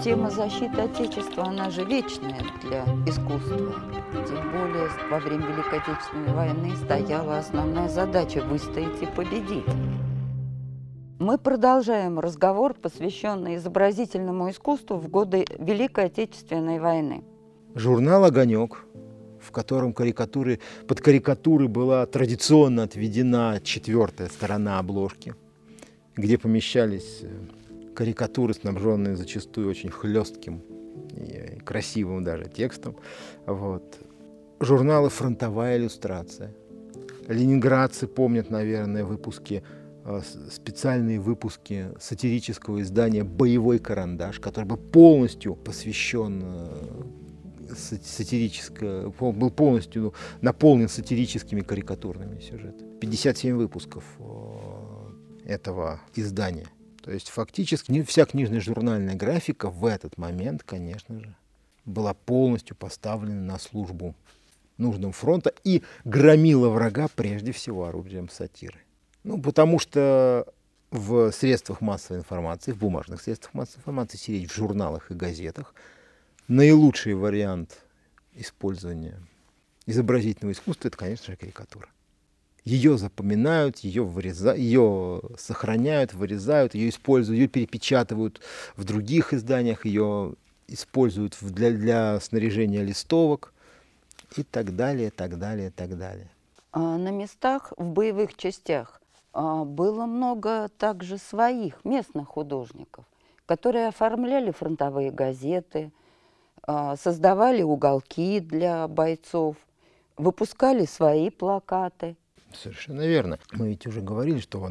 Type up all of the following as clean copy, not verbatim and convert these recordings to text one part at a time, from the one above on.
тема защиты Отечества, она же вечная для искусства. Тем более во время Великой Отечественной войны стояла основная задача – выстоять и победить. Мы продолжаем разговор, посвященный изобразительному искусству в годы Великой Отечественной войны. Журнал «Огонек», в котором под карикатуры была традиционно отведена 4-я сторона обложки, где помещались карикатуры, снабженные зачастую очень хлестким и красивым даже текстом. Вот. Журналы «Фронтовая иллюстрация». Ленинградцы помнят, наверное, специальные выпуски сатирического издания «Боевой карандаш», который был полностью посвящен был полностью наполнен сатирическими карикатурными сюжетами. 57 выпусков этого издания. То есть фактически вся книжная журнальная графика в этот момент, конечно же, была полностью поставлена на службу нуждам фронта и громила врага прежде всего орудием сатиры. Потому что в средствах массовой информации, в бумажных средствах массовой информации, сидеть в журналах и газетах, наилучший вариант использования изобразительного искусства — это, конечно же, карикатура. Ее запоминают, ее сохраняют, вырезают, ее используют, ее перепечатывают в других изданиях, ее используют для снаряжения листовок и так далее, так далее, так далее. На местах в боевых частях было много также своих местных художников, которые оформляли фронтовые газеты, создавали уголки для бойцов, выпускали свои плакаты. Совершенно верно. Мы ведь уже говорили, что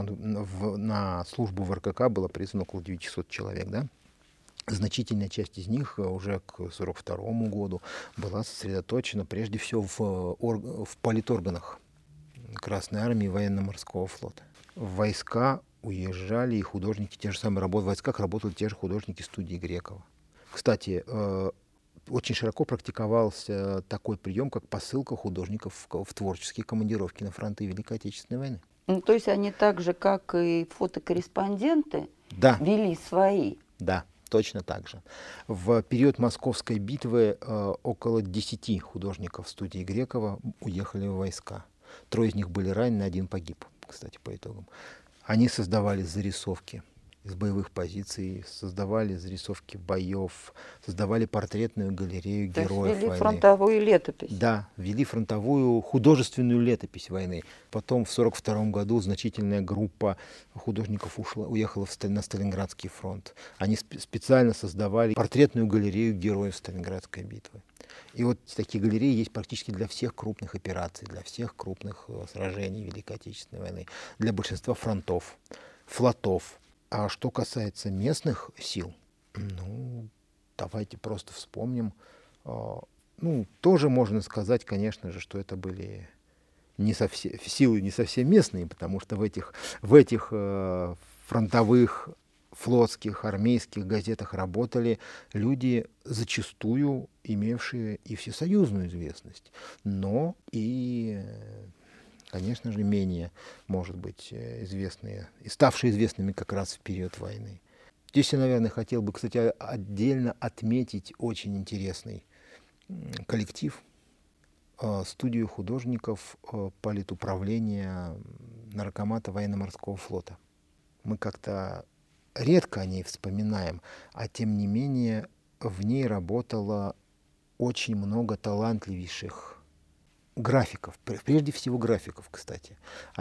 на службу в РКК было призвано около 900 человек, да? Значительная часть из них уже к 1942 году была сосредоточена прежде всего в политорганах Красной армии и военно-морского флота. В войска уезжали и художники, в войсках работали те же художники студии Грекова. Кстати, очень широко практиковался такой прием, как посылка художников в творческие командировки на фронты Великой Отечественной войны. То есть они так же, как и фотокорреспонденты, да, вели свои? Да, точно так же. В период Московской битвы около 10 художников студии Грекова уехали в войска. 3 из них были ранены, 1 погиб, кстати, по итогам. Они создавали зарисовки из боевых позиций, создавали зарисовки боев, создавали портретную галерею героев войны. Вели фронтовую летопись. Да, вели фронтовую художественную летопись войны. Потом в 1942 году значительная группа художников уехала на Сталинградский фронт. Они специально создавали портретную галерею героев Сталинградской битвы. И вот такие галереи есть практически для всех крупных операций, для всех крупных сражений Великой Отечественной войны, для большинства фронтов, флотов. А что касается местных сил, давайте просто вспомним. Тоже можно сказать, конечно же, что это были силы не совсем местные, потому что в этих фронтовых, флотских, армейских газетах работали люди, зачастую имевшие и всесоюзную известность, но и, конечно же, менее, может быть, известные, и ставшие известными как раз в период войны. Здесь я, наверное, хотел бы, кстати, отдельно отметить очень интересный коллектив, студию художников политуправления Наркомата военно-морского флота. Мы как-то редко о ней вспоминаем, а тем не менее в ней работало очень много талантливейших графиков, прежде всего графиков, кстати.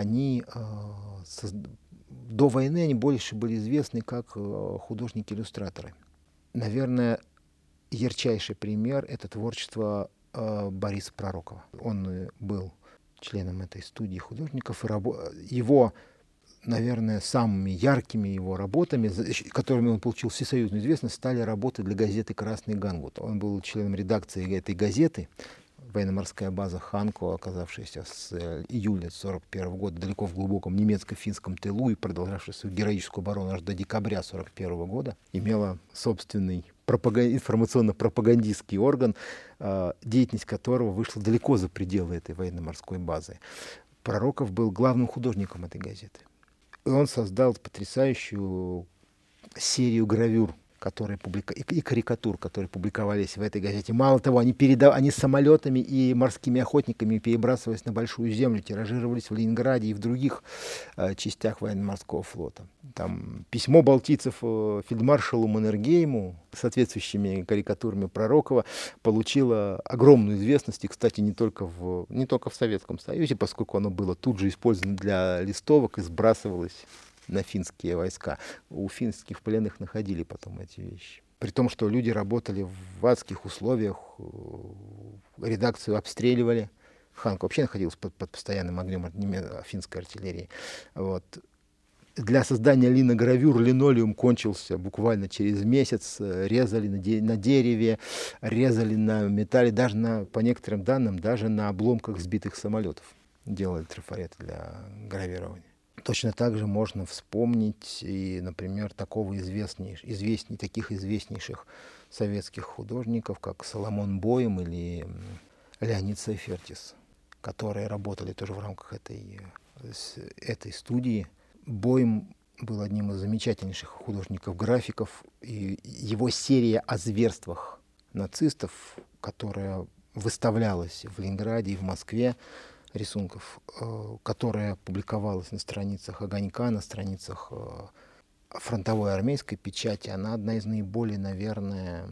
До войны они больше были известны как художники-иллюстраторы. Наверное, ярчайший пример — это творчество Бориса Пророкова. Он был членом этой студии художников, и его, наверное, самыми яркими его работами, которыми он получил всесоюзную известность, стали работы для газеты «Красный Гангут». Он был членом редакции этой газеты. Военно-морская база Ханко, оказавшаяся с июля 1941 года далеко в глубоком немецко-финском тылу и продолжавшая свою героическую оборону аж до декабря 1941 года, имела собственный информационно-пропагандистский орган, деятельность которого вышла далеко за пределы этой военно-морской базы. Пророков был главным художником этой газеты. И он создал потрясающую серию гравюр и карикатур, которые публиковались в этой газете. Мало того, они с самолетами и морскими охотниками перебрасывались на Большую Землю, тиражировались в Ленинграде и в других частях военно-морского флота. Там письмо балтийцев фельдмаршалу Маннергейму с соответствующими карикатурами Пророкова получило огромную известность, и, кстати, не только в Советском Союзе, поскольку оно было тут же использовано для листовок и сбрасывалось на финские войска. У финских пленных находили потом эти вещи. При том, что люди работали в адских условиях, редакцию обстреливали. Ханк вообще находился под постоянным огнем финской артиллерии. Вот. Для создания линогравюр линолеум кончился буквально через месяц. Резали на дереве, резали на металле, даже по некоторым данным, даже на обломках сбитых самолетов делали трафареты для гравирования. Точно так же можно вспомнить и, например, таких известнейших советских художников, как Соломон Боем или Леонид Сайфертис, которые работали тоже в рамках этой студии. Боем был одним из замечательнейших художников-графиков, и его серия о зверствах нацистов, которая выставлялась в Ленинграде и в Москве, рисунков, которая публиковалась на страницах «Огонька», на страницах фронтовой армейской печати, она одна из наиболее, наверное,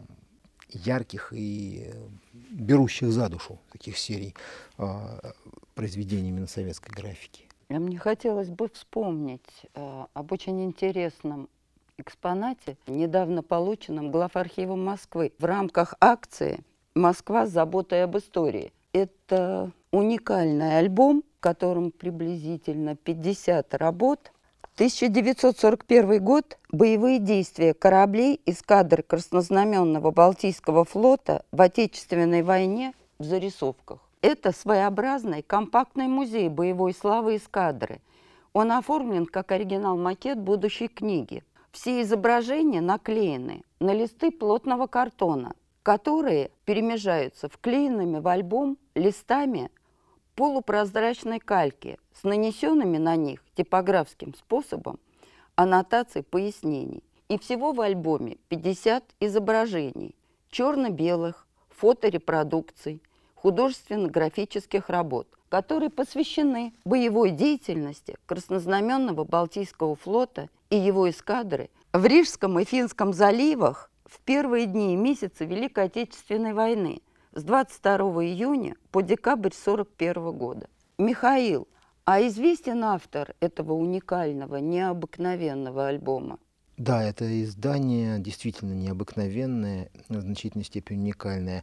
ярких и берущих за душу таких серий произведений именно советской графики. Мне хотелось бы вспомнить об очень интересном экспонате, недавно полученном главархивом Москвы в рамках акции «Москва с заботой об истории». Это уникальный альбом, в котором приблизительно 50 работ. 1941 год. Боевые действия кораблей эскадры Краснознаменного Балтийского флота в Отечественной войне в зарисовках. Это своеобразный компактный музей боевой славы эскадры. Он оформлен как оригинал-макет будущей книги. Все изображения наклеены на листы плотного картона, которые перемежаются вклеенными в альбом листами полупрозрачной кальки с нанесенными на них типографским способом аннотаций пояснений. И всего в альбоме 50 изображений черно-белых, фоторепродукций, художественно-графических работ, которые посвящены боевой деятельности Краснознаменного Балтийского флота и его эскадры в Рижском и Финском заливах в первые дни и месяцы Великой Отечественной войны с 22 июня по декабрь 1941 года. Михаил, а известен автор этого уникального, необыкновенного альбома? Да, это издание действительно необыкновенное, в значительной степени уникальное.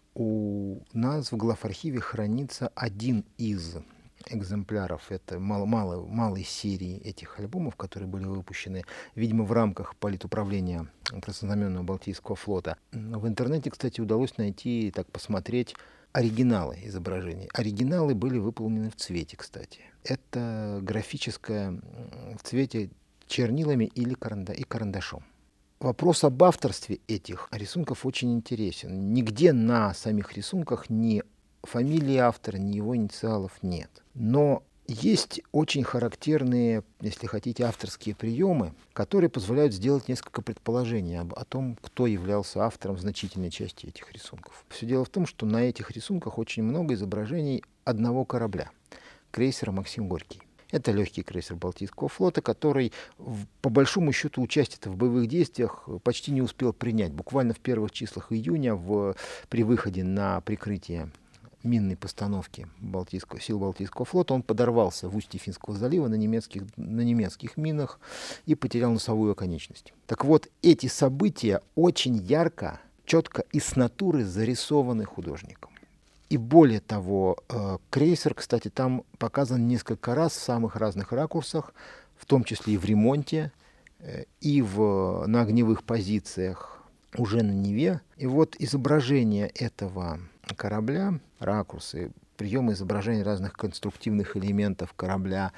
У нас в главархиве хранится один из экземпляров это малой серии этих альбомов, которые были выпущены, видимо, в рамках политуправления Краснознаменного Балтийского флота. В интернете, кстати, удалось найти, посмотреть оригиналы изображений. Оригиналы были выполнены в цвете, кстати. Это графическое в цвете чернилами и карандашом. Вопрос об авторстве этих рисунков очень интересен. Нигде на самих рисунках ни фамилии автора, ни его инициалов нет. Но есть очень характерные, если хотите, авторские приемы, которые позволяют сделать несколько предположений о том, кто являлся автором значительной части этих рисунков. Все дело в том, что на этих рисунках очень много изображений одного корабля, крейсера «Максим Горький». Это легкий крейсер Балтийского флота, который, по большому счету, участие в боевых действиях почти не успел принять. Буквально в первых числах июня при выходе на прикрытие минной постановки сил Балтийского флота он подорвался в устье Финского залива на немецких минах и потерял носовую оконечность. Так вот, эти события очень ярко, четко и с натуры зарисованы художником. И более того, крейсер, кстати, там показан несколько раз в самых разных ракурсах, в том числе и в ремонте, и на огневых позициях уже на Неве. И вот изображение этого корабля, ракурсы, приемы изображения разных конструктивных элементов корабля,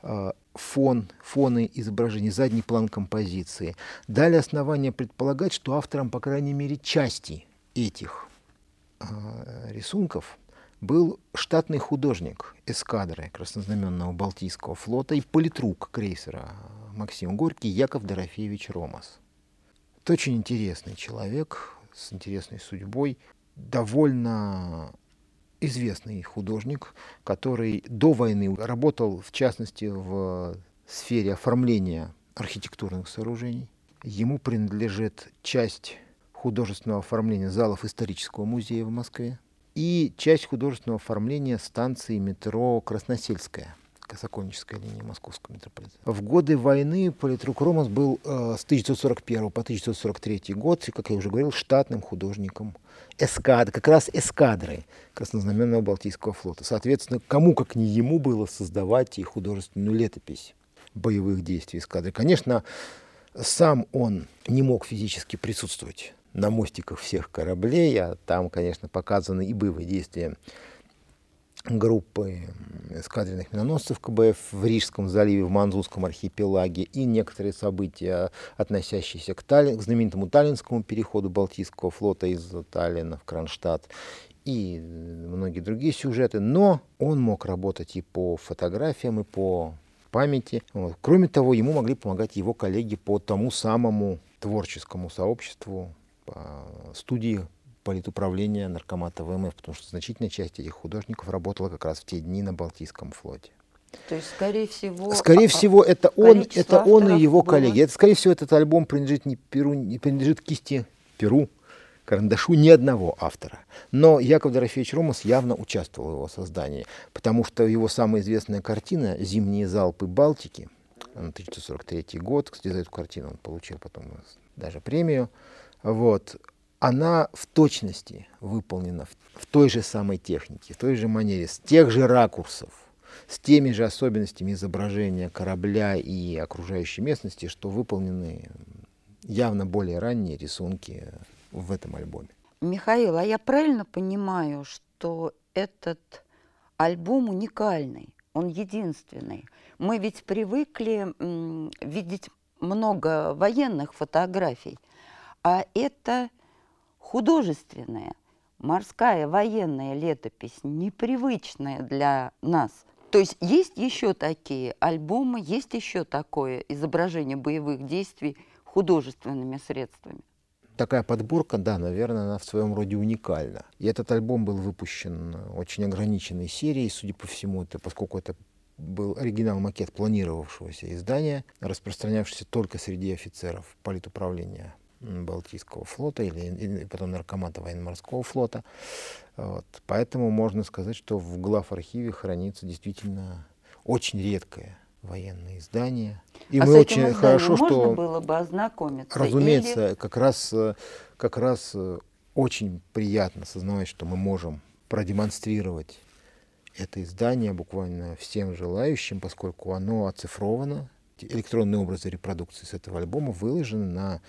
фоны изображений, задний план композиции, дали основания предполагать, что автором, по крайней мере, части этих рисунков был штатный художник эскадры Краснознаменного Балтийского флота и политрук крейсера Максим Горький Яков Дорофеевич Ромас. Это очень интересный человек с интересной судьбой, довольно известный художник, который до войны работал, в частности, в сфере оформления архитектурных сооружений. Ему принадлежит часть художественного оформления залов исторического музея в Москве и часть художественного оформления станции метро Красносельская, Сокольническая линия московского метрополитена. В годы войны политрук Ромас был с 1941 по 1943 год, как я уже говорил, штатным художником эскадры, как раз эскадры Краснознаменного Балтийского флота. Соответственно, кому, как не ему, было создавать и художественную летопись боевых действий эскадры. Конечно, сам он не мог физически присутствовать на мостиках всех кораблей, а там, конечно, показаны и боевые действия группы эскадренных миноносцев КБФ в Рижском заливе, в Манзунском архипелаге, и некоторые события, относящиеся к знаменитому Таллинскому переходу Балтийского флота из Таллина в Кронштадт, и многие другие сюжеты. Но он мог работать и по фотографиям, и по памяти. Вот. Кроме того, ему могли помогать его коллеги по тому самому творческому сообществу, по студии политуправления Наркомата ВМФ, потому что значительная часть этих художников работала как раз в те дни на Балтийском флоте. То есть, скорее всего, это он и его было... коллеги. Скорее всего, этот альбом принадлежит не принадлежит кисти перу, карандашу ни одного автора. Но Яков Дорофеевич Ромас явно участвовал в его создании, потому что его самая известная картина «Зимние залпы Балтики», 1943 год, кстати, за эту картину он получил потом даже премию, вот, она в точности выполнена в той же самой технике, в той же манере, с тех же ракурсов, с теми же особенностями изображения корабля и окружающей местности, что выполнены явно более ранние рисунки в этом альбоме. Михаил, а я правильно понимаю, что этот альбом уникальный, он единственный? Мы ведь привыкли видеть много военных фотографий, а это художественная, морская военная летопись, непривычная для нас. То есть еще такие альбомы, есть еще такое изображение боевых действий художественными средствами? Такая подборка, да, наверное, она в своем роде уникальна. И этот альбом был выпущен очень ограниченной серией, судя по всему, поскольку это был оригинал-макет планировавшегося издания, распространявшийся только среди офицеров политуправления Балтийского флота или потом Наркомата военно-морского флота. Вот. Поэтому можно сказать, что в главархиве хранится действительно очень редкое военное издание. И мы очень хорошо, можно что было бы ознакомиться. Разумеется, как раз очень приятно сознавать, что мы можем продемонстрировать это издание буквально всем желающим, поскольку оно оцифровано. Электронные образы репродукции с этого альбома выложены на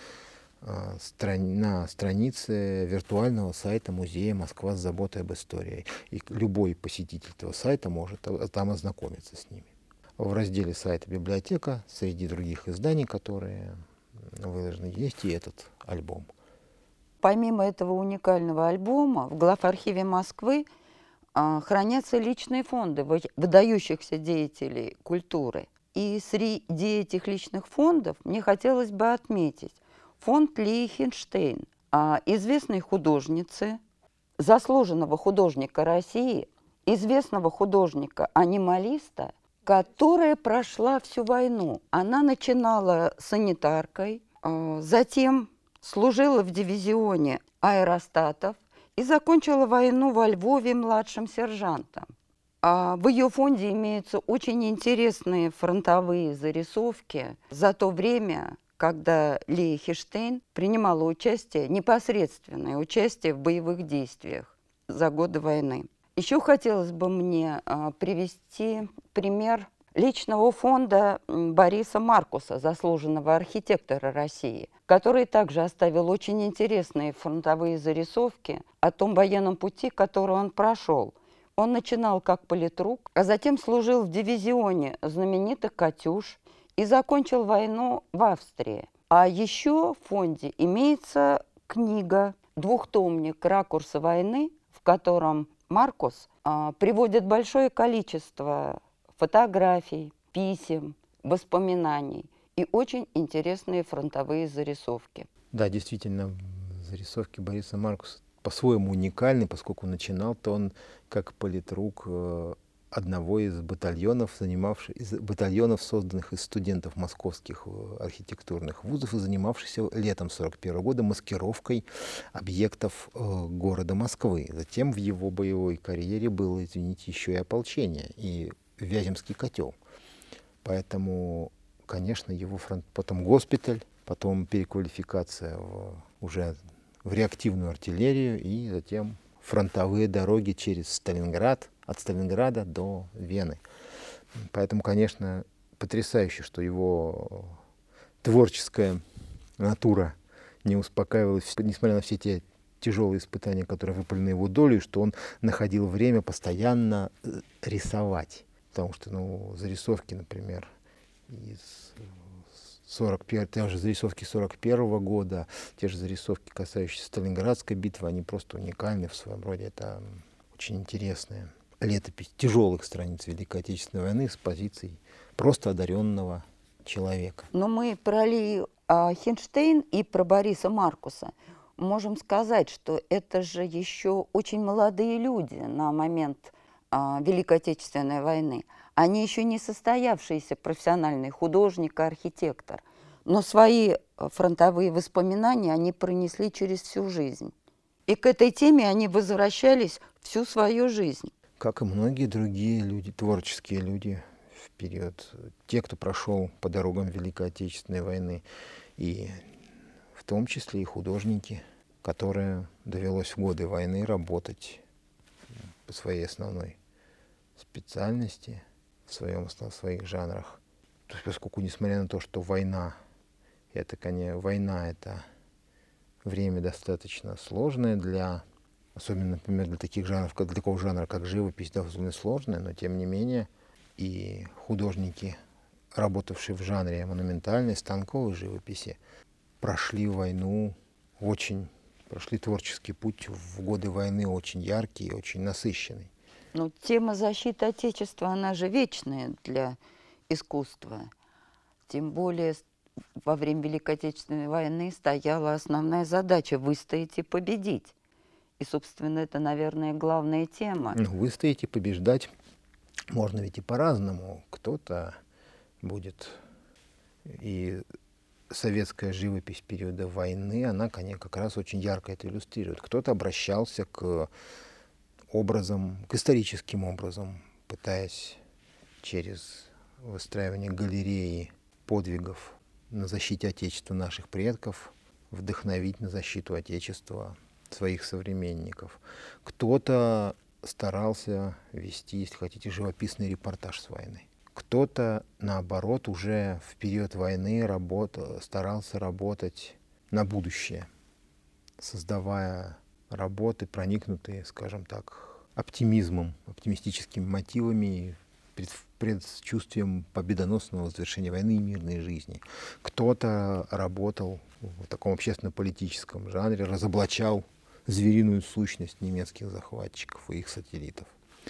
странице виртуального сайта музея «Москва с заботой об истории». И любой посетитель этого сайта может там ознакомиться с ними. В разделе сайта «Библиотека» среди других изданий, которые выложены, есть и этот альбом. Помимо этого уникального альбома, в главархиве Москвы хранятся личные фонды выдающихся деятелей культуры. И среди этих личных фондов мне хотелось бы отметить фонд Лии Хинштейн, известной художницы, заслуженного художника России, известного художника-анималиста, которая прошла всю войну. Она начинала санитаркой, затем служила в дивизионе аэростатов и закончила войну во Львове младшим сержантом. В ее фонде имеются очень интересные фронтовые зарисовки за то время, когда Лия Хинштейн принимала непосредственное участие в боевых действиях за годы войны. Еще хотелось бы мне привести пример личного фонда Бориса Маркуса, заслуженного архитектора России, который также оставил очень интересные фронтовые зарисовки о том военном пути, который он прошел. Он начинал как политрук, а затем служил в дивизионе знаменитых «Катюш» и закончил войну в Австрии. А еще в фонде имеется книга, двухтомник «Ракурсы войны», в котором Маркус приводит большое количество фотографий, писем, воспоминаний и очень интересные фронтовые зарисовки. Да, действительно, зарисовки Бориса Маркуса по-своему уникальны, поскольку начинал-то он как политрук одного из батальонов, созданных из студентов московских архитектурных вузов и занимавшихся летом 1941 года маскировкой объектов города Москвы. Затем в его боевой карьере было, извините, еще и ополчение, и Вяземский котел. Поэтому, конечно, потом госпиталь, потом переквалификация уже в реактивную артиллерию и затем фронтовые дороги через Сталинград, от Сталинграда до Вены. Поэтому, конечно, потрясающе, что его творческая натура не успокаивалась, несмотря на все те тяжелые испытания, которые выпали на его долю, и что он находил время постоянно рисовать. Потому что, зарисовки, например, те же зарисовки 1941 года, те же зарисовки, касающиеся Сталинградской битвы, они просто уникальны в своем роде. Это очень интересная летопись тяжелых страниц Великой Отечественной войны с позиций просто одаренного человека. Но мы про Ли Хинштейн и про Бориса Маркуса можем сказать, что это же еще очень молодые люди на момент Великой Отечественной войны. Они еще не состоявшиеся профессиональный художник и архитектор, но свои фронтовые воспоминания они пронесли через всю жизнь. И к этой теме они возвращались всю свою жизнь. Как и многие другие люди, творческие люди в период, те, кто прошел по дорогам Великой Отечественной войны, и в том числе и художники, которые довелось в годы войны работать по своей основной специальности, в своих жанрах. То есть, поскольку, несмотря на то, что война это время достаточно сложное особенно, например, для такого жанра, как живопись, довольно сложное, но тем не менее и художники, работавшие в жанре монументальной, станковой живописи, прошли творческий путь в годы войны очень яркий и очень насыщенный. Но тема защиты Отечества, она же вечная для искусства. Тем более во время Великой Отечественной войны стояла основная задача – выстоять и победить. И, собственно, это, наверное, главная тема. Выстоять и побеждать можно ведь и по-разному. Кто-то будет... И советская живопись периода войны, она, конечно, как раз очень ярко это иллюстрирует. Кто-то обращался к историческим образом, пытаясь через выстраивание галереи подвигов на защите Отечества наших предков вдохновить на защиту Отечества своих современников. Кто-то старался вести, если хотите, живописный репортаж с войны. Кто-то, наоборот, уже в период войны старался работать на будущее, создавая работы, проникнутые, скажем так, оптимизмом, оптимистическими мотивами, предчувствием победоносного завершения войны и мирной жизни. Кто-то работал в таком общественно-политическом жанре, разоблачал звериную сущность немецких захватчиков и их сателлитов.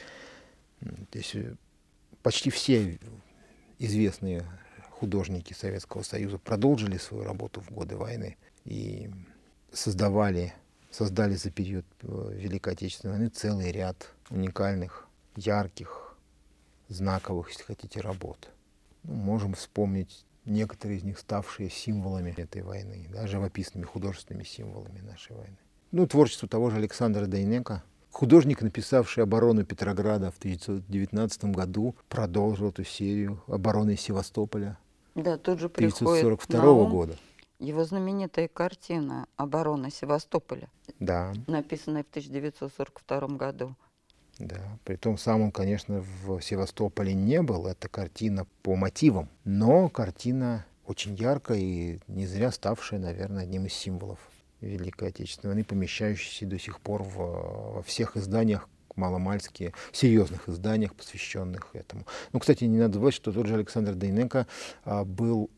То есть почти все известные художники Советского Союза продолжили свою работу в годы войны и создали за период Великой Отечественной войны целый ряд уникальных, ярких, знаковых, если хотите, работ. Можем вспомнить некоторые из них, ставшие символами этой войны, да, живописными художественными символами нашей войны. Творчество того же Александра Дейнека. Художник, написавший «Оборону Петрограда» в 1919 году, продолжил эту серию «Обороны Севастополя» Да, тут же приходит 1942 года. Его знаменитая картина «Оборона Севастополя», да, написанная в 1942 году. Да, притом сам он, конечно, в Севастополе не был, это картина по мотивам, но картина очень яркая и не зря ставшая, наверное, одним из символов Великой Отечественной войны, помещающийся до сих пор во всех изданиях, маломальски серьезных изданиях, посвященных этому. Кстати, не надо забывать, что тот же Александр Дейнека был,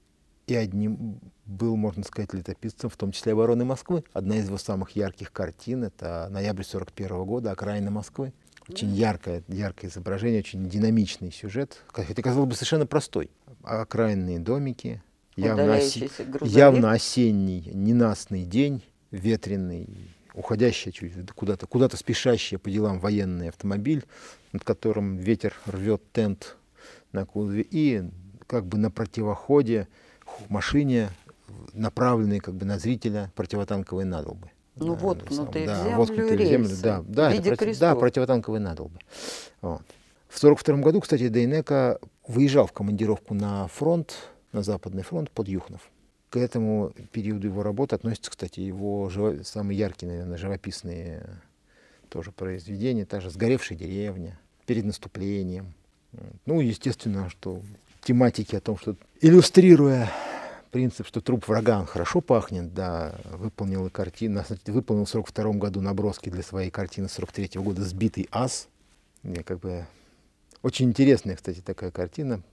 можно сказать, летописцем, в том числе обороны Москвы. Одна из его самых ярких картин — это ноябрь 1941 года, окраина Москвы. Очень яркое изображение, очень динамичный сюжет, хотя, казалось бы, совершенно простой. Окраинные домики, удаляющийся грузовик. Явно осенний, ненастный день, ветреный, уходящий куда-то спешащий по делам военный автомобиль, над которым ветер рвет тент на кузове, и как бы на противоходе машине, направленной как бы на зрителя противотанковой надолбы. Ну, воткнутые в землю воткнутые в землю, рельсы, да, в виде крестов. противотанковые надолбы. Вот. В 1942 году, кстати, Дейнека выезжал в командировку на фронт, на Западный фронт под Юхнов. К этому периоду его работы относятся, кстати, его самые яркие, наверное, живописные тоже произведения, также «Сгоревшая деревня», «Перед наступлением». Ну, естественно, что тематики о том, что, иллюстрируя принцип, что труп врага он хорошо пахнет, да, выполнил в 1942 году наброски для своей картины 1943 года «Сбитый ас». Как бы очень интересная, кстати, такая картина.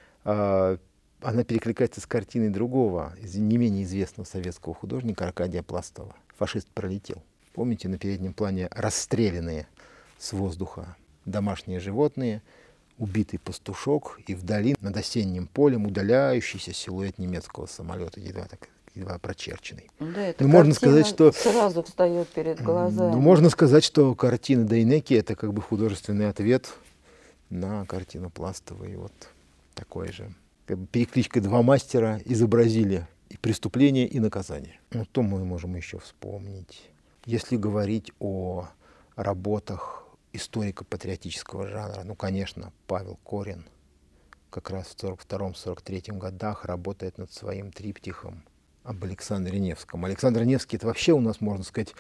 Она перекликается с картиной другого, не менее известного советского художника Аркадия Пластова. «Фашист пролетел». Помните, на переднем плане расстрелянные с воздуха домашние животные, убитый пастушок и вдали над осенним полем удаляющийся силуэт немецкого самолета, едва прочерченный. Да, эта можно сказать, что сразу встает перед глазами. Ну, можно сказать, что картина Дейнеки — это как бы художественный ответ на картину Пластовой. Вот такой же. Как бы перекличкой два мастера изобразили и преступление, и наказание. Ну, то мы можем еще вспомнить. Если говорить о работах историко-патриотического жанра, ну, конечно, Павел Корин как раз в 1942-1943 годах работает над своим триптихом об Александре Невском. Александр Невский — это вообще у нас, можно сказать,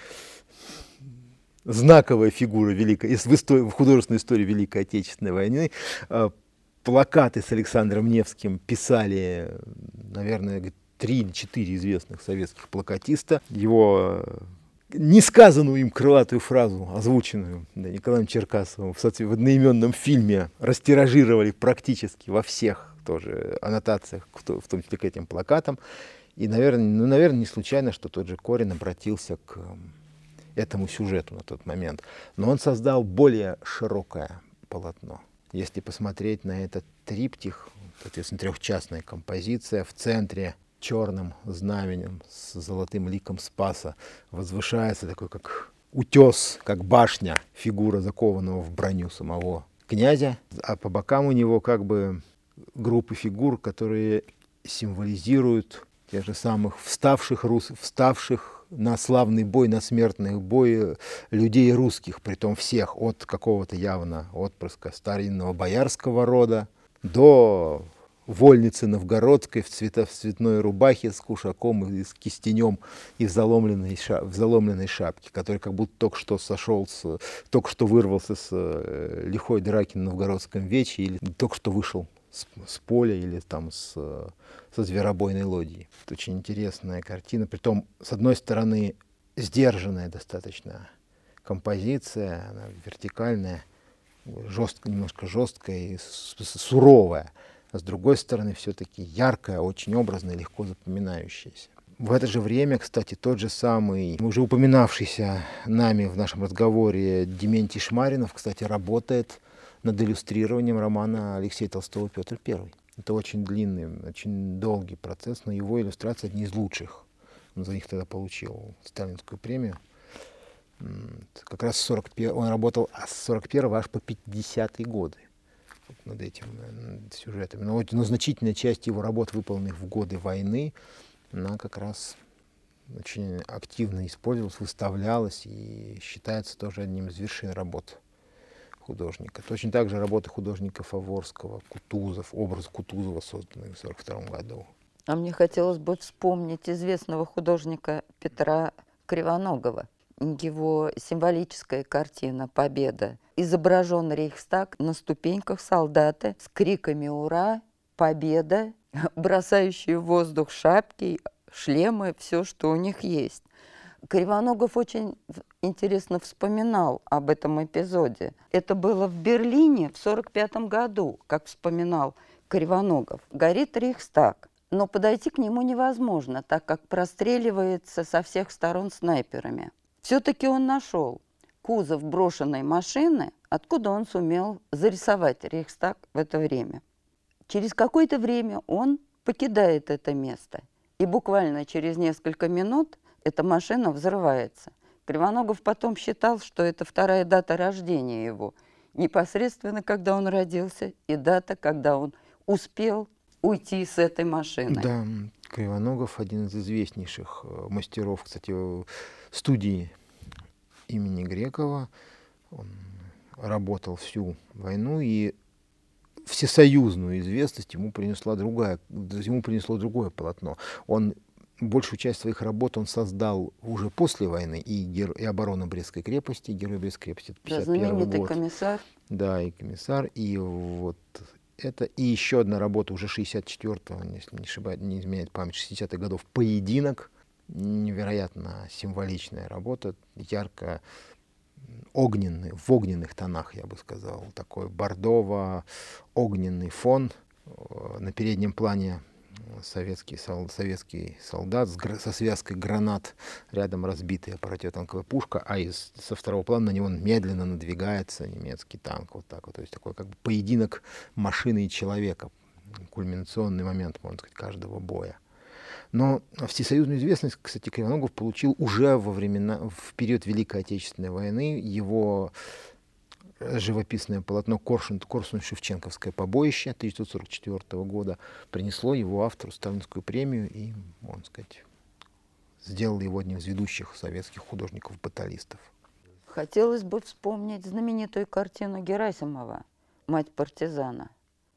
знаковая фигура в художественной истории Великой Отечественной войны. Плакаты с Александром Невским писали, наверное, 3 или 4 известных советских плакатиста. Его несказанную им крылатую фразу, озвученную Николаем Черкасовым в одноименном фильме, растиражировали практически во всех тоже аннотациях, в том числе к этим плакатам. И, наверное, не случайно, что тот же Корин обратился к этому сюжету на тот момент. Но он создал более широкое полотно. Если посмотреть на этот триптих, соответственно, трехчастная композиция, в центре черным знаменем с золотым ликом Спаса возвышается такой, как утес, как башня, фигура закованного в броню самого князя, а по бокам у него как бы группы фигур, которые символизируют тех же самых вставших на славный бой, на смертный бой людей русских, притом всех, от какого-то явно отпрыска старинного боярского рода до вольницы новгородской в цветной рубахе с кушаком и с кистенем и в заломленной шапке, который как будто только что вырвался с лихой драки на новгородском вече или только что вышел с поля или там со зверобойной лодьи. Это очень интересная картина. Притом, с одной стороны, сдержанная достаточно композиция, она вертикальная, немножко жесткая и суровая. А с другой стороны, все-таки яркая, очень образная, легко запоминающаяся. В это же время, кстати, тот же самый, уже упоминавшийся нами в нашем разговоре Дементий Шмаринов, кстати, работает над иллюстрированием романа Алексея Толстого «Петр I». Это очень длинный, очень долгий процесс, но его иллюстрации одни из лучших. Он за них тогда получил Сталинскую премию. Как раз он работал с 41 аж по 50-е годы над этим сюжетом. Но значительная часть его работ, выполненных в годы войны, она как раз очень активно использовалась, выставлялась и считается тоже одним из вершин работ художника. Точно так же работы художника Фаворского, Кутузов, образ Кутузова, созданный в 1942 году. А мне хотелось бы вспомнить известного художника Петра Кривоногова. Его символическая картина «Победа». Изображен Рейхстаг, на ступеньках солдаты с криками «Ура!», «Победа!», бросающие в воздух шапки, шлемы, все, что у них есть. Кривоногов очень интересно вспоминал об этом эпизоде. Это было в Берлине в 1945 году, как вспоминал Кривоногов. Горит Рейхстаг, но подойти к нему невозможно, так как простреливается со всех сторон снайперами. Все-таки он нашел кузов брошенной машины, откуда он сумел зарисовать Рейхстаг в это время. Через какое-то время он покидает это место. И буквально через несколько минут эта машина взрывается. Кривоногов потом считал, что это вторая дата рождения его, непосредственно когда он родился, и дата, когда он успел уйти с этой машины. Да, Кривоногов один из известнейших мастеров, кстати, студии имени Грекова. Он работал всю войну, и всесоюзную известность ему принесло другое полотно. Он большую часть своих работ он создал уже после войны, и «Оборона Брестской крепости», «Герой Брестской крепости», это 51 знаменитый год. комиссар. Да, и комиссар, и вот это, и еще одна работа уже 64-го, если не изменяет память, 60-х годов, «Поединок», невероятно символичная работа, ярко огненный, в огненных тонах, я бы сказал, такой бордово-огненный фон, на переднем плане советский солдат со связкой гранат, рядом разбитая противотанковая пушка, а со второго плана на него медленно надвигается немецкий танк. Вот так вот. То есть такой как бы поединок машины и человека, кульминационный момент, можно сказать, каждого боя. Но всесоюзную известность, кстати, Кривоногов получил уже в период Великой Отечественной войны. Его живописное полотно «Корсунь-Шевченковское побоище» 1944 года принесло его автору Сталинскую премию и, можно сказать, сделало его одним из ведущих советских художников-баталистов. Хотелось бы вспомнить знаменитую картину Герасимова «Мать партизана».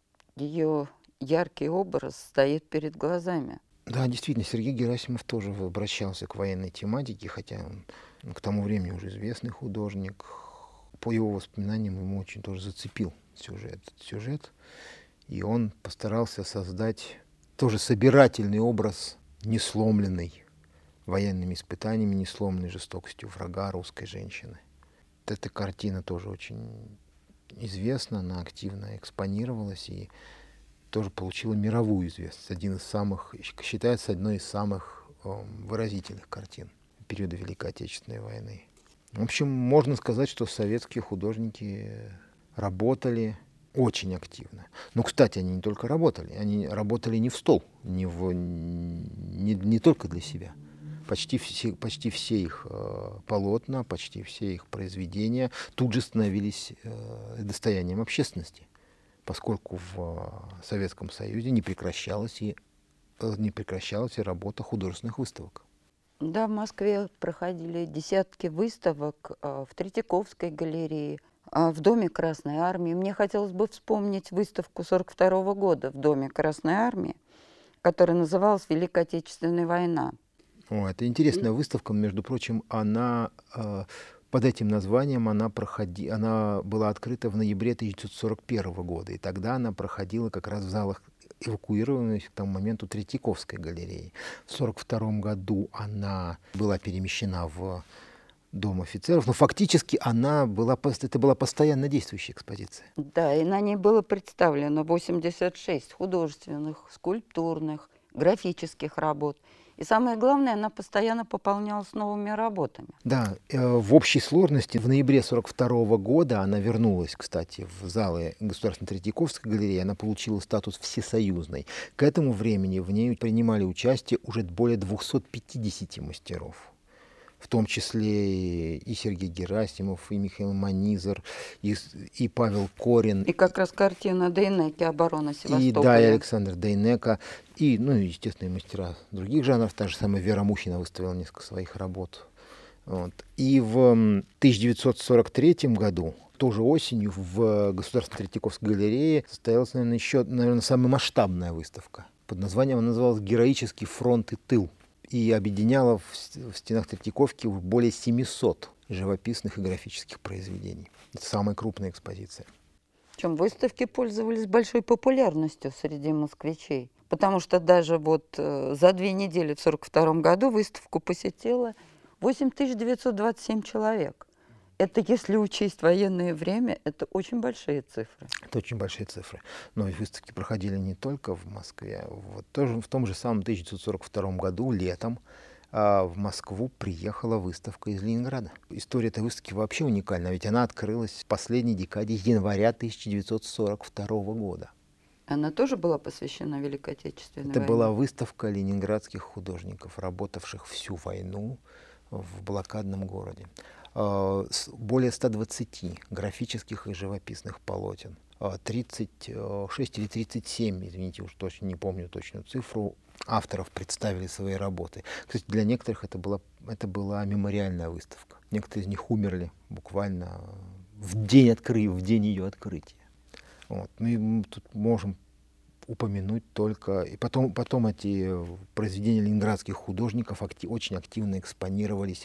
Ее яркий образ стоит перед глазами. Да, действительно, Сергей Герасимов тоже обращался к военной тематике, хотя он к тому времени уже известный художник. По его воспоминаниям, ему очень тоже зацепил сюжет, и он постарался создать тоже собирательный образ, не сломленный военными испытаниями, не сломленный жестокостью врага, русской женщины. Эта картина тоже очень известна, она активно экспонировалась и тоже получила мировую известность. Считается одной из самых выразительных картин периода Великой Отечественной войны. В общем, можно сказать, что советские художники работали очень активно. Но, кстати, они не только работали, они работали не в стол, не только для себя. Почти все их полотна, почти все их произведения тут же становились достоянием общественности, поскольку в Советском Союзе не прекращалась и работа художественных выставок. Да, в Москве проходили десятки выставок в Третьяковской галерее, в Доме Красной Армии. Мне хотелось бы вспомнить выставку 1942 года в Доме Красной Армии, которая называлась «Великая Отечественная война». Это интересная выставка, между прочим, под этим названием она была открыта в ноябре 1941 года, и тогда она проходила как раз в залах эвакуированных к тому моменту Третьяковской галереи. В 1942 году она была перемещена в Дом офицеров, но фактически это была постоянно действующая экспозиция. Да, и на ней было представлено 86 художественных, скульптурных, графических работ. И самое главное, она постоянно пополнялась новыми работами. Да, в общей сложности в ноябре 1942 года она вернулась, кстати, в залы Государственной Третьяковской галереи. Она получила статус всесоюзной. К этому времени в ней принимали участие уже более 250 мастеров. В том числе и Сергей Герасимов, и Михаил Манизер, и Павел Корин. И как раз картина Дейнеки «Оборона Севастополя». И Александр Дейнека, и, естественно, и мастера других жанров. Та же самая Вера Мухина выставила несколько своих работ. И в 1943 году, тоже осенью, в Государственной Третьяковской галерее состоялась, наверное, самая масштабная выставка. Под названием она называлась «Героический фронт и тыл». И объединяла в стенах Третьяковки более 700 живописных и графических произведений. Это самая крупная экспозиция. Причем выставки пользовались большой популярностью среди москвичей, потому что даже за 2 недели в 1942 году выставку посетило 8927 человек. Это, если учесть военное время, это очень большие цифры. Это очень большие цифры. Но выставки проходили не только в Москве. Тоже в том же самом 1942 году, летом, в Москву приехала выставка из Ленинграда. История этой выставки вообще уникальна, ведь она открылась в последней декаде января 1942 года. Она тоже была посвящена Великой Отечественной Это войне? была выставка ленинградских художников, работавших всю войну в блокадном городе. Более 120 графических и живописных полотен. 36 или 37, извините, уж точно не помню точную цифру, авторов представили свои работы. Кстати, для некоторых это была мемориальная выставка. Некоторые из них умерли буквально в день ее открытия. Вот. Ну и мы тут можем упомянуть только... И потом эти произведения ленинградских художников очень активно экспонировались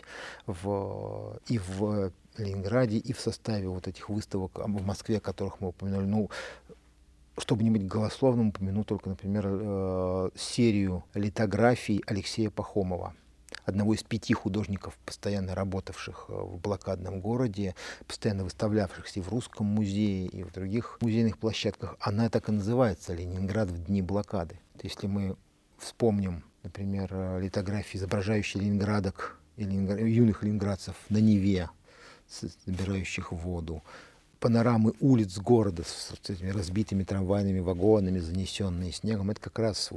и в Ленинграде, и в составе вот этих выставок в Москве, о которых мы упомянули. Ну, чтобы не быть голословным, упомяну только, например, серию литографий Алексея Пахомова, одного из 5 художников, постоянно работавших в блокадном городе, постоянно выставлявшихся и в Русском музее, и в других музейных площадках. Она так и называется «Ленинград в дни блокады». Если мы вспомним, например, литографии, изображающие ленинградок и юных ленинградцев на Неве, собирающих воду, панорамы улиц города с этими разбитыми трамвайными вагонами, занесенные снегом, это как раз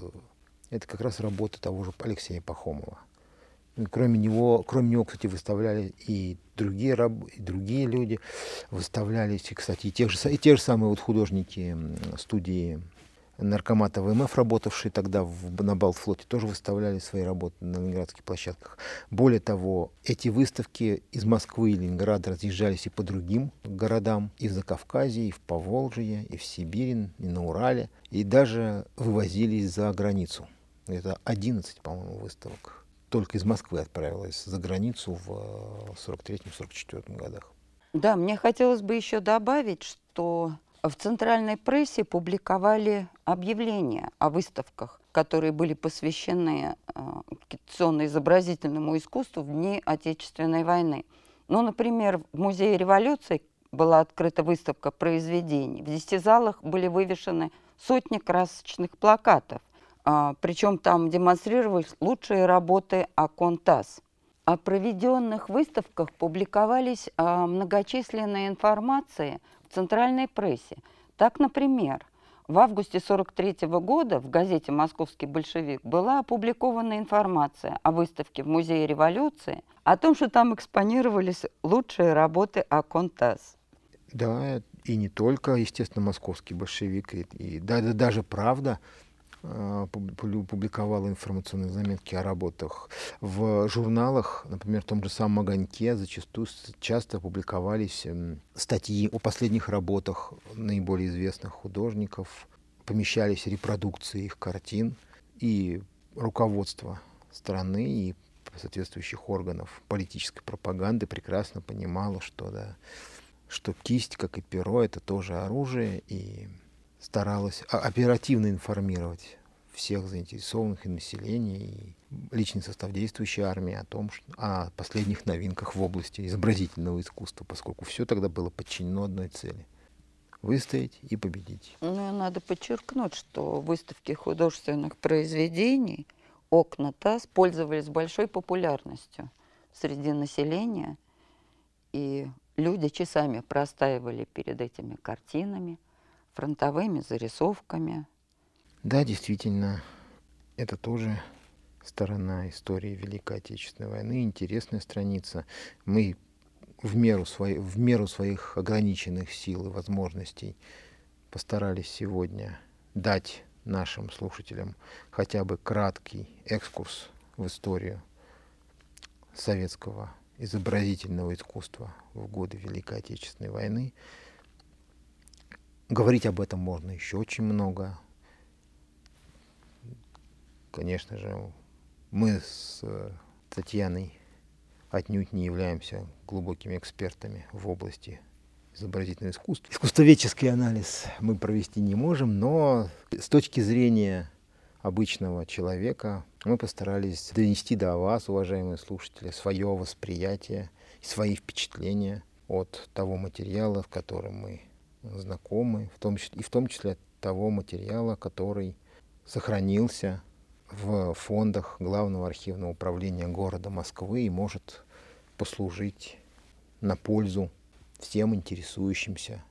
работа того же Алексея Пахомова. И кроме него, кстати, выставляли и другие люди, выставлялись, кстати, и те же самые вот художники студии наркомата ВМФ, работавшие тогда на Балтфлоте, тоже выставляли свои работы на ленинградских площадках. Более того, эти выставки из Москвы и Ленинграда разъезжались и по другим городам, и в Закавказье, и в Поволжье, и в Сибири, и на Урале, и даже вывозились за границу. Это 11, по-моему, выставок. Только из Москвы отправилась за границу в 43-44 годах. Да, мне хотелось бы еще добавить, что в центральной прессе публиковали объявления о выставках, которые были посвящены агитационно-изобразительному искусству в дни Отечественной войны. Ну, например, в Музее революции была открыта выставка произведений. В 10 залах были вывешены сотни красочных плакатов. Причем там демонстрировались лучшие работы Аконтас. О проведенных выставках публиковались многочисленные информации в центральной прессе. Так, например, в августе 1943 года в газете «Московский большевик» была опубликована информация о выставке в Музее революции, о том, что там экспонировались лучшие работы Аконтас. Да, и не только, естественно, «Московский большевик», и даже «Правда» публиковала информационные заметки о работах. В журналах, например, в том же самом «Огоньке» часто публиковались статьи о последних работах наиболее известных художников, помещались репродукции их картин, и руководство страны и соответствующих органов политической пропаганды прекрасно понимало, что кисть, как и перо, это тоже оружие, и старалась оперативно информировать всех заинтересованных и населения, и личный состав действующей армии о последних новинках в области изобразительного искусства, поскольку все тогда было подчинено одной цели — выстоять и победить. Ну, надо подчеркнуть, что выставки художественных произведений «Окна ТАСС» пользовались большой популярностью среди населения, и люди часами простаивали перед этими картинами, фронтовыми зарисовками. Да, действительно, это тоже сторона истории Великой Отечественной войны, интересная страница. Мы в меру своих ограниченных сил и возможностей постарались сегодня дать нашим слушателям хотя бы краткий экскурс в историю советского изобразительного искусства в годы Великой Отечественной войны. Говорить об этом можно еще очень много. Конечно же, мы с Татьяной отнюдь не являемся глубокими экспертами в области изобразительного искусства. Искусствоведческий анализ мы провести не можем, но с точки зрения обычного человека мы постарались донести до вас, уважаемые слушатели, свое восприятие, свои впечатления от того материала, с которым мы знакомы, в том числе от того материала, который сохранился в фондах Главного архивного управления города Москвы и может послужить на пользу всем интересующимся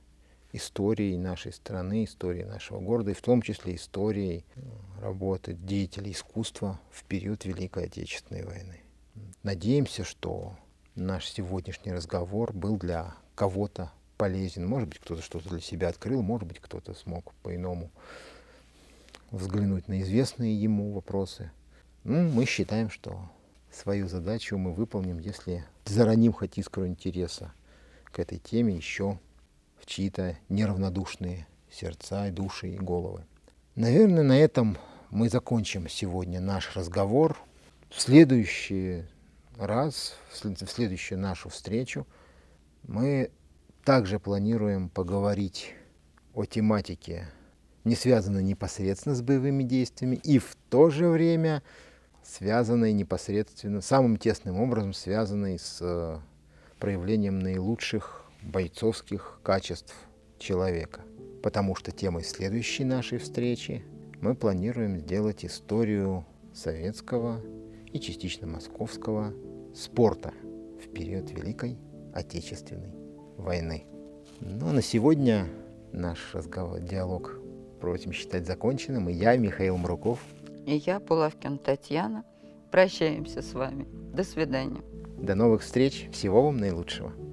историей нашей страны, историей нашего города, и в том числе историей работы деятелей искусства в период Великой Отечественной войны. Надеемся, что наш сегодняшний разговор был для кого-то полезен. Может быть, кто-то что-то для себя открыл, может быть, кто-то смог по-иному взглянуть на известные ему вопросы. Мы считаем, что свою задачу мы выполним, если зароним хоть искру интереса к этой теме еще в чьи-то неравнодушные сердца и души и головы. Наверное, на этом мы закончим сегодня наш разговор. В следующий раз, в следующую нашу встречу, мы также планируем поговорить о тематике, не связанной непосредственно с боевыми действиями, и в то же время связанной непосредственно, самым тесным образом связанной с проявлением наилучших бойцовских качеств человека. Потому что темой следующей нашей встречи мы планируем сделать историю советского и частично московского спорта в период Великой Отечественной войны. Ну а на сегодня наш разговор, диалог просим считать законченным. И я, Михаил Мруков. И я, Булавкина Татьяна. Прощаемся с вами. До свидания. До новых встреч. Всего вам наилучшего.